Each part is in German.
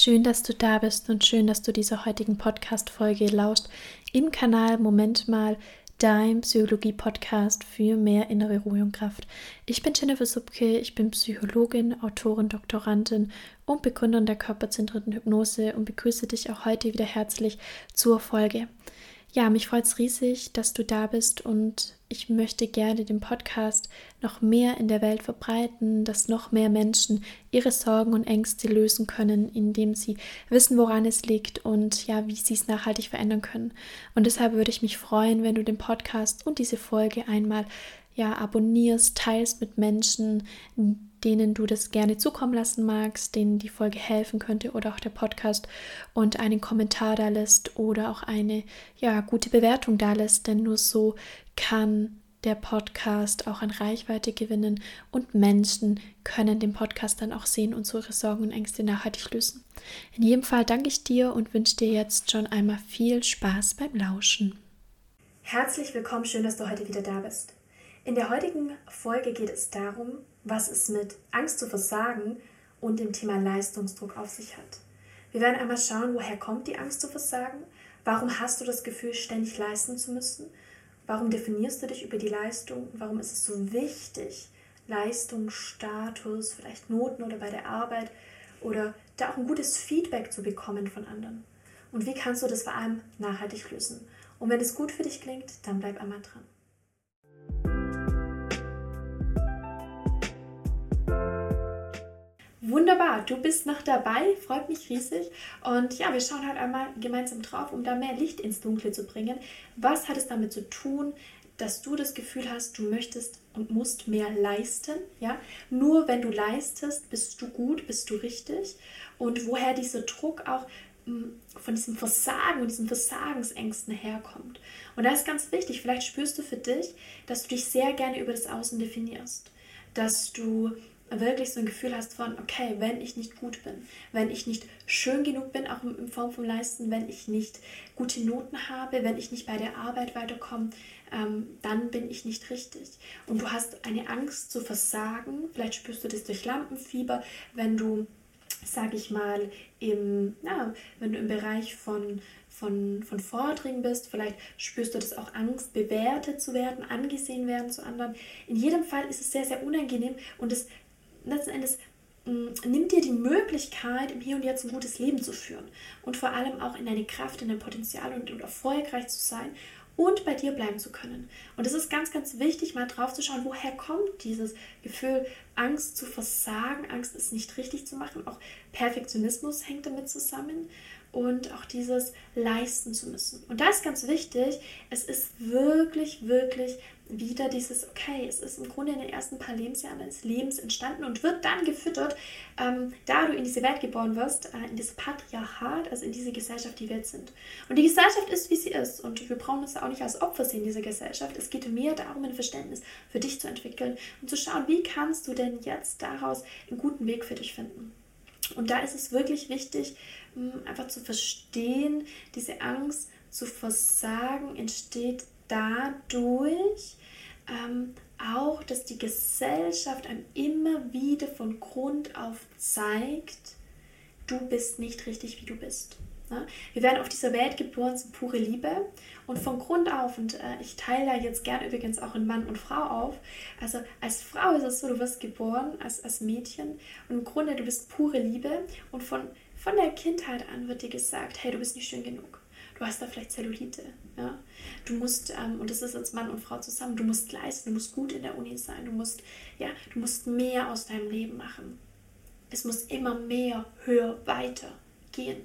Schön, dass du da bist und schön, dass du dieser heutigen Podcast-Folge lauscht im Kanal Moment mal, dein Psychologie-Podcast für mehr innere Ruhe und Kraft. Ich bin Jennifer Subke, ich bin Psychologin, Autorin, Doktorandin und Begründerin der körperzentrierten Hypnose und begrüße dich auch heute wieder herzlich zur Folge. Ja, mich freut es riesig, dass du da bist und ich möchte gerne den Podcast noch mehr in der Welt verbreiten, dass noch mehr Menschen ihre Sorgen und Ängste lösen können, indem sie wissen, woran es liegt und ja, wie sie es nachhaltig verändern können. Und deshalb würde ich mich freuen, wenn du den Podcast und diese Folge einmal abonnierst, teilst mit Menschen, denen du das gerne zukommen lassen magst, denen die Folge helfen könnte oder auch der Podcast und einen Kommentar da lässt oder auch eine gute Bewertung da lässt, denn nur so kann der Podcast auch an Reichweite gewinnen und Menschen können den Podcast dann auch sehen und so ihre Sorgen und Ängste nachhaltig lösen. In jedem Fall danke ich dir und wünsche dir jetzt schon einmal viel Spaß beim Lauschen. Herzlich willkommen, schön, dass du heute wieder da bist. In der heutigen Folge geht es darum, was es mit Angst zu versagen und dem Thema Leistungsdruck auf sich hat. Wir werden einmal schauen, woher kommt die Angst zu versagen? Warum hast du das Gefühl, ständig leisten zu müssen? Warum definierst du dich über die Leistung? Warum ist es so wichtig, Leistung, Status, vielleicht Noten oder bei der Arbeit oder da auch ein gutes Feedback zu bekommen von anderen? Und wie kannst du das vor allem nachhaltig lösen? Und wenn es gut für dich klingt, dann bleib einmal dran. Wunderbar, du bist noch dabei, freut mich riesig und wir schauen halt einmal gemeinsam drauf, um da mehr Licht ins Dunkle zu bringen. Was hat es damit zu tun, dass du das Gefühl hast, du möchtest und musst mehr leisten? Ja? Nur wenn du leistest, bist du gut, bist du richtig und woher dieser Druck auch von diesem Versagen und diesen Versagensängsten herkommt. Und da ist ganz wichtig, vielleicht spürst du für dich, dass du dich sehr gerne über das Außen definierst, dass du wirklich so ein Gefühl hast von, okay, wenn ich nicht gut bin, wenn ich nicht schön genug bin, auch in Form von Leisten, wenn ich nicht gute Noten habe, wenn ich nicht bei der Arbeit weiterkomme, dann bin ich nicht richtig. Und du hast eine Angst zu versagen, vielleicht spürst du das durch Lampenfieber, wenn du, sag ich mal, wenn du im Bereich von Vordringen bist, vielleicht spürst du das auch Angst, bewertet zu werden, angesehen werden zu anderen. In jedem Fall ist es sehr, sehr unangenehm und es letzten Endes nimmt dir die Möglichkeit, im Hier und Jetzt ein gutes Leben zu führen und vor allem auch in deine Kraft, in dein Potenzial und erfolgreich zu sein und bei dir bleiben zu können. Und es ist ganz, ganz wichtig, mal drauf zu schauen, woher kommt dieses Gefühl, Angst zu versagen, Angst es nicht richtig zu machen. Auch Perfektionismus hängt damit zusammen und auch dieses leisten zu müssen. Und da ist ganz wichtig, es ist wirklich, wirklich wieder dieses, okay, es ist im Grunde in den ersten paar Lebensjahren deines Lebens entstanden und wird dann gefüttert, da du in diese Welt geboren wirst, in das Patriarchat, also in diese Gesellschaft, die wir jetzt sind. Und die Gesellschaft ist, wie sie ist und wir brauchen uns auch nicht als Opfer sehen, diese Gesellschaft. Es geht mehr darum, ein Verständnis für dich zu entwickeln und zu schauen, wie kannst du denn jetzt daraus einen guten Weg für dich finden. Und da ist es wirklich wichtig, einfach zu verstehen, diese Angst zu versagen entsteht dadurch auch, dass die Gesellschaft einem immer wieder von Grund auf zeigt, du bist nicht richtig, wie du bist. Ja? Wir werden auf dieser Welt geboren zu pure Liebe und von Grund auf, und ich teile da jetzt gern übrigens auch in Mann und Frau auf, also als Frau ist es so, du wirst geboren als Mädchen und im Grunde du bist pure Liebe und von der Kindheit an wird dir gesagt, hey, du bist nicht schön genug. Du hast da vielleicht Zellulite. Ja? Du musst, und das ist jetzt Mann und Frau zusammen, du musst leisten, du musst gut in der Uni sein, du musst mehr aus deinem Leben machen. Es muss immer mehr, höher, weiter gehen.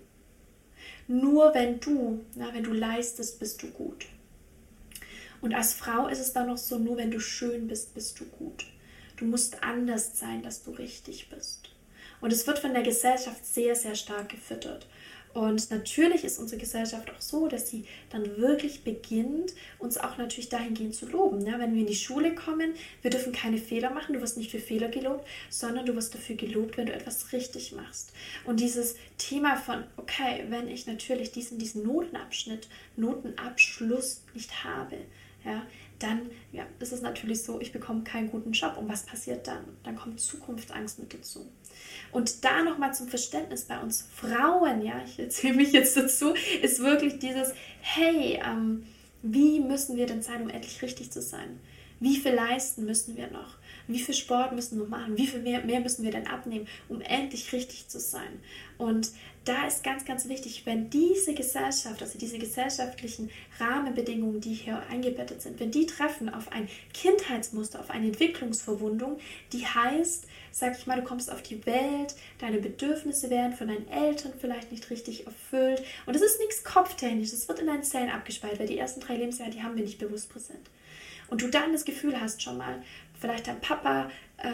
Nur wenn du leistest, bist du gut. Und als Frau ist es dann noch so, nur wenn du schön bist, bist du gut. Du musst anders sein, dass du richtig bist. Und es wird von der Gesellschaft sehr, sehr stark gefüttert. Und natürlich ist unsere Gesellschaft auch so, dass sie dann wirklich beginnt, uns auch natürlich dahingehend zu loben. Ja, wenn wir in die Schule kommen, wir dürfen keine Fehler machen, du wirst nicht für Fehler gelobt, sondern du wirst dafür gelobt, wenn du etwas richtig machst. Und dieses Thema von, okay, wenn ich natürlich diesen Notenabschluss nicht habe, ja, dann ist es natürlich so, ich bekomme keinen guten Job. Und was passiert dann? Dann kommt Zukunftsangst mit dazu. Und da nochmal zum Verständnis bei uns Frauen, ja, ich erzähle mich jetzt dazu, ist wirklich dieses, hey, wie müssen wir denn sein, um endlich richtig zu sein? Wie viel leisten müssen wir noch? Wie viel Sport müssen wir machen? Wie viel mehr müssen wir denn abnehmen, um endlich richtig zu sein? Und da ist ganz, ganz wichtig, wenn diese Gesellschaft, also diese gesellschaftlichen Rahmenbedingungen, die hier eingebettet sind, wenn die treffen auf ein Kindheitsmuster, auf eine Entwicklungsverwundung, die heißt, sag ich mal, du kommst auf die Welt, deine Bedürfnisse werden von deinen Eltern vielleicht nicht richtig erfüllt und es ist nichts kopftechnisch, es wird in deinen Zellen abgespeichert, weil die ersten 3 Lebensjahre, die haben wir nicht bewusst präsent. Und du dann das Gefühl hast schon mal, vielleicht dein Papa,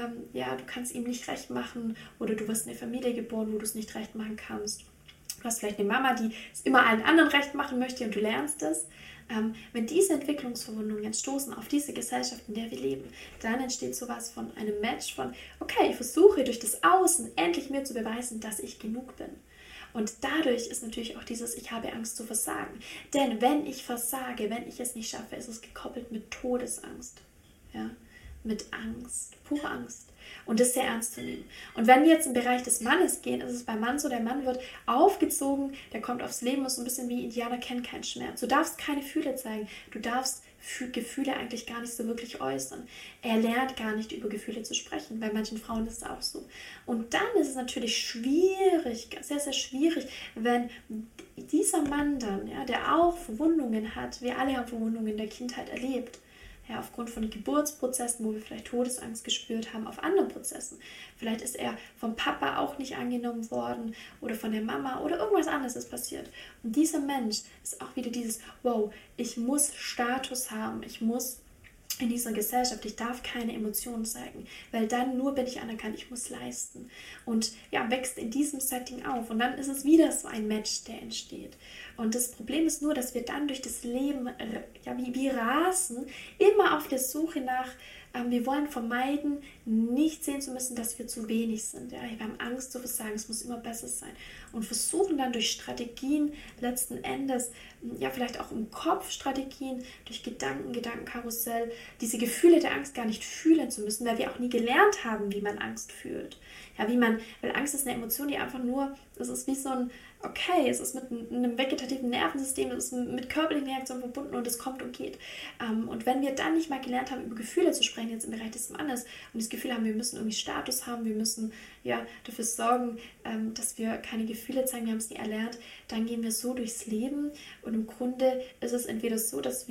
du kannst ihm nicht recht machen oder du wirst in eine Familie geboren, wo du es nicht recht machen kannst. Du hast vielleicht eine Mama, die es immer allen anderen recht machen möchte und du lernst es. Wenn diese Entwicklungsverwundungen stoßen auf diese Gesellschaft, in der wir leben, dann entsteht sowas von einem Match von, okay, ich versuche durch das Außen endlich mir zu beweisen, dass ich genug bin. Und dadurch ist natürlich auch dieses, ich habe Angst zu versagen. Denn wenn ich versage, wenn ich es nicht schaffe, ist es gekoppelt mit Todesangst. Ja? Mit Angst, pure Angst. Und das sehr ernst zu nehmen. Und wenn wir jetzt im Bereich des Mannes gehen, ist es beim Mann so, der Mann wird aufgezogen, der kommt aufs Leben, ist so ein bisschen wie Indianer kennen keinen Schmerz. Du darfst keine Gefühle zeigen, du darfst Gefühle eigentlich gar nicht so wirklich äußern. Er lernt gar nicht über Gefühle zu sprechen, bei manchen Frauen ist es auch so. Und dann ist es natürlich schwierig, sehr, sehr schwierig, wenn dieser Mann dann, ja, der auch Verwundungen hat, wir alle haben Verwundungen in der Kindheit erlebt, ja, aufgrund von Geburtsprozessen, wo wir vielleicht Todesangst gespürt haben, auf anderen Prozessen. Vielleicht ist er vom Papa auch nicht angenommen worden oder von der Mama oder irgendwas anderes ist passiert. Und dieser Mensch ist auch wieder dieses, wow, ich muss Status haben, ich muss in dieser Gesellschaft, ich darf keine Emotionen zeigen, weil dann nur bin ich anerkannt, ich muss leisten. Und ja, wächst in diesem Setting auf. Und dann ist es wieder so ein Match, der entsteht. Und das Problem ist nur, dass wir dann durch das Leben, wie rasen, immer auf der Suche nach, wir wollen vermeiden, nicht sehen zu müssen, dass wir zu wenig sind. Ja? Wir haben Angst zu versagen, es muss immer besser sein. Und versuchen dann durch Strategien letzten Endes, ja vielleicht auch im Kopf Strategien, durch Gedankenkarussell, diese Gefühle der Angst gar nicht fühlen zu müssen, weil wir auch nie gelernt haben, wie man Angst fühlt. Ja, weil Angst ist eine Emotion, die einfach nur, das ist wie so ein, okay, es ist mit einem vegetativen Nervensystem, es ist mit körperlichen Reaktionen verbunden und es kommt und geht. Und wenn wir dann nicht mal gelernt haben, über Gefühle zu sprechen, jetzt im Bereich des Mannes, und das Gefühl haben, wir müssen irgendwie Status haben, wir müssen ja dafür sorgen, dass wir keine Gefühle zeigen, wir haben es nie erlernt, dann gehen wir so durchs Leben und im Grunde ist es entweder so, dass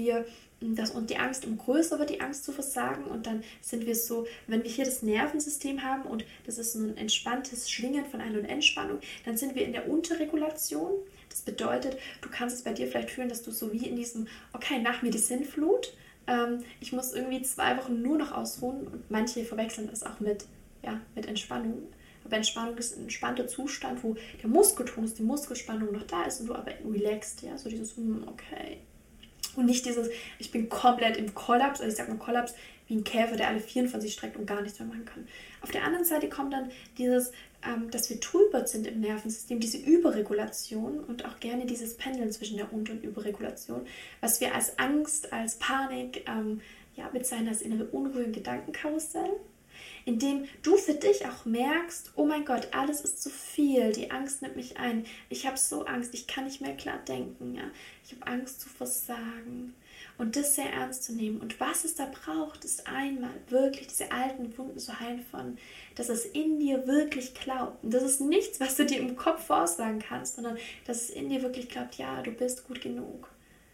und die Angst größer wird, die Angst zu versagen und dann sind wir so, wenn wir hier das Nervensystem haben und das ist ein entspanntes Schwingen von Ein- und Entspannung, dann sind wir in der Unterregulation. Das bedeutet, du kannst es bei dir vielleicht fühlen, dass du so wie in diesem, okay, nach mir die Sinnflut, ich muss irgendwie 2 Wochen nur noch ausruhen und manche verwechseln das auch mit Entspannung. Aber Entspannung ist ein entspannter Zustand, wo der Muskeltonus, die Muskelspannung noch da ist und du aber relaxed, ja, so dieses, okay. Und nicht dieses, ich bin komplett im Kollaps, also ich sag mal Kollaps, wie ein Käfer, der alle 24 streckt und gar nichts mehr machen kann. Auf der anderen Seite kommt dann dieses, dass wir trübert sind im Nervensystem, diese Überregulation und auch gerne dieses Pendeln zwischen der Unter- und Überregulation, was wir als Angst, als Panik bezeichnen als innere Unruhe im Gedankenkarussell, indem du für dich auch merkst, oh mein Gott, alles ist zu viel, die Angst nimmt mich ein, ich habe so Angst, ich kann nicht mehr klar denken, ja? Ich habe Angst zu versagen und das sehr ernst zu nehmen. Und was es da braucht, ist einmal wirklich diese alten Wunden zu heilen von, dass es in dir wirklich glaubt. Und das ist nichts, was du dir im Kopf voraussagen kannst, sondern dass es in dir wirklich glaubt, ja, du bist gut genug.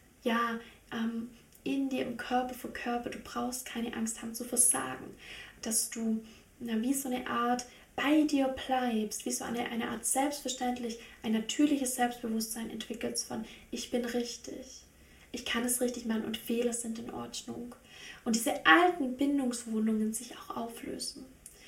Ja, in dir im Körper verkörpert, du brauchst keine Angst haben zu versagen. Dass du wie so eine Art bei dir bleibst, wie so eine Art selbstverständlich, ein natürliches Selbstbewusstsein entwickelst von ich bin richtig, ich kann es richtig machen und Fehler sind in Ordnung. Und diese alten Bindungsverwundungen sich auch auflösen.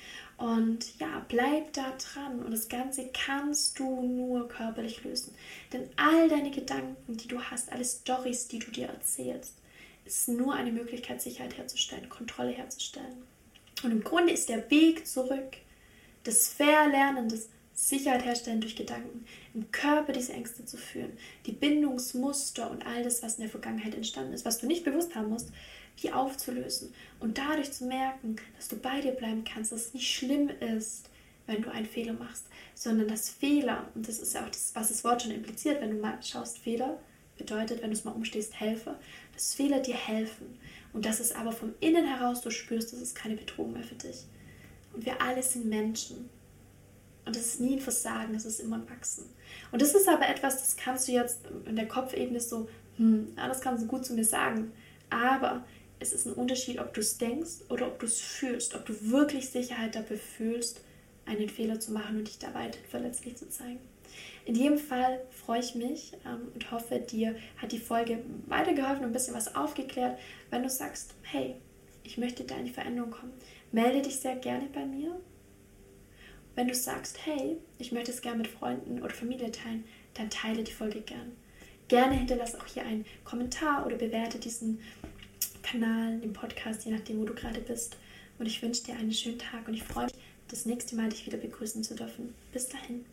Und ja, bleib da dran und das Ganze kannst du nur körperlich lösen. Denn all deine Gedanken, die du hast, alle Storys, die du dir erzählst, ist nur eine Möglichkeit, Sicherheit herzustellen, Kontrolle herzustellen. Und im Grunde ist der Weg zurück, das Verlernen des Sicherheit herstellen durch Gedanken, im Körper diese Ängste zu fühlen, die Bindungsmuster und all das, was in der Vergangenheit entstanden ist, was du nicht bewusst haben musst, wie aufzulösen und dadurch zu merken, dass du bei dir bleiben kannst, dass es nicht schlimm ist, wenn du einen Fehler machst, sondern dass Fehler, und das ist ja auch das, was das Wort schon impliziert, wenn du mal schaust, Fehler bedeutet, wenn du es mal umstehst, helfe, dass Fehler dir helfen und dass es aber vom Innen heraus du spürst, das ist keine Bedrohung mehr für dich. Und wir alle sind Menschen. Und das ist nie ein Versagen, das ist immer ein Wachsen. Und das ist aber etwas, das kannst du jetzt in der Kopfebene so, das kannst du gut zu mir sagen. Aber es ist ein Unterschied, ob du es denkst oder ob du es fühlst, ob du wirklich Sicherheit dafür fühlst, einen Fehler zu machen und dich da weiter verletzlich zu zeigen. In jedem Fall freue ich mich und hoffe, dir hat die Folge weitergeholfen und ein bisschen was aufgeklärt. Wenn du sagst, hey, ich möchte da in die Veränderung kommen, melde dich sehr gerne bei mir. Wenn du sagst, hey, ich möchte es gerne mit Freunden oder Familie teilen, dann teile die Folge gern. Gerne hinterlasse auch hier einen Kommentar oder bewerte diesen Kanal, den Podcast, je nachdem, wo du gerade bist. Und ich wünsche dir einen schönen Tag und ich freue mich, das nächste Mal dich wieder begrüßen zu dürfen. Bis dahin.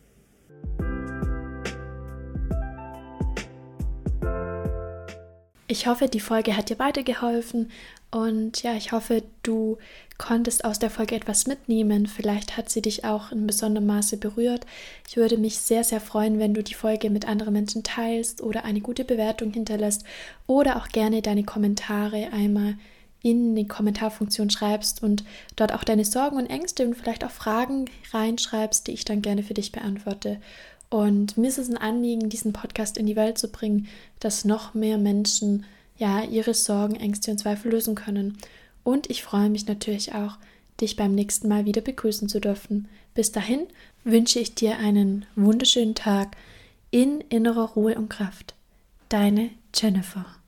Ich hoffe, die Folge hat dir weitergeholfen und ja, ich hoffe, du konntest aus der Folge etwas mitnehmen. Vielleicht hat sie dich auch in besonderem Maße berührt. Ich würde mich sehr, sehr freuen, wenn du die Folge mit anderen Menschen teilst oder eine gute Bewertung hinterlässt oder auch gerne deine Kommentare einmal in die Kommentarfunktion schreibst und dort auch deine Sorgen und Ängste und vielleicht auch Fragen reinschreibst, die ich dann gerne für dich beantworte. Und mir ist es ein Anliegen, diesen Podcast in die Welt zu bringen, dass noch mehr Menschen ihre Sorgen, Ängste und Zweifel lösen können. Und ich freue mich natürlich auch, dich beim nächsten Mal wieder begrüßen zu dürfen. Bis dahin wünsche ich dir einen wunderschönen Tag in innerer Ruhe und Kraft. Deine Jennifer.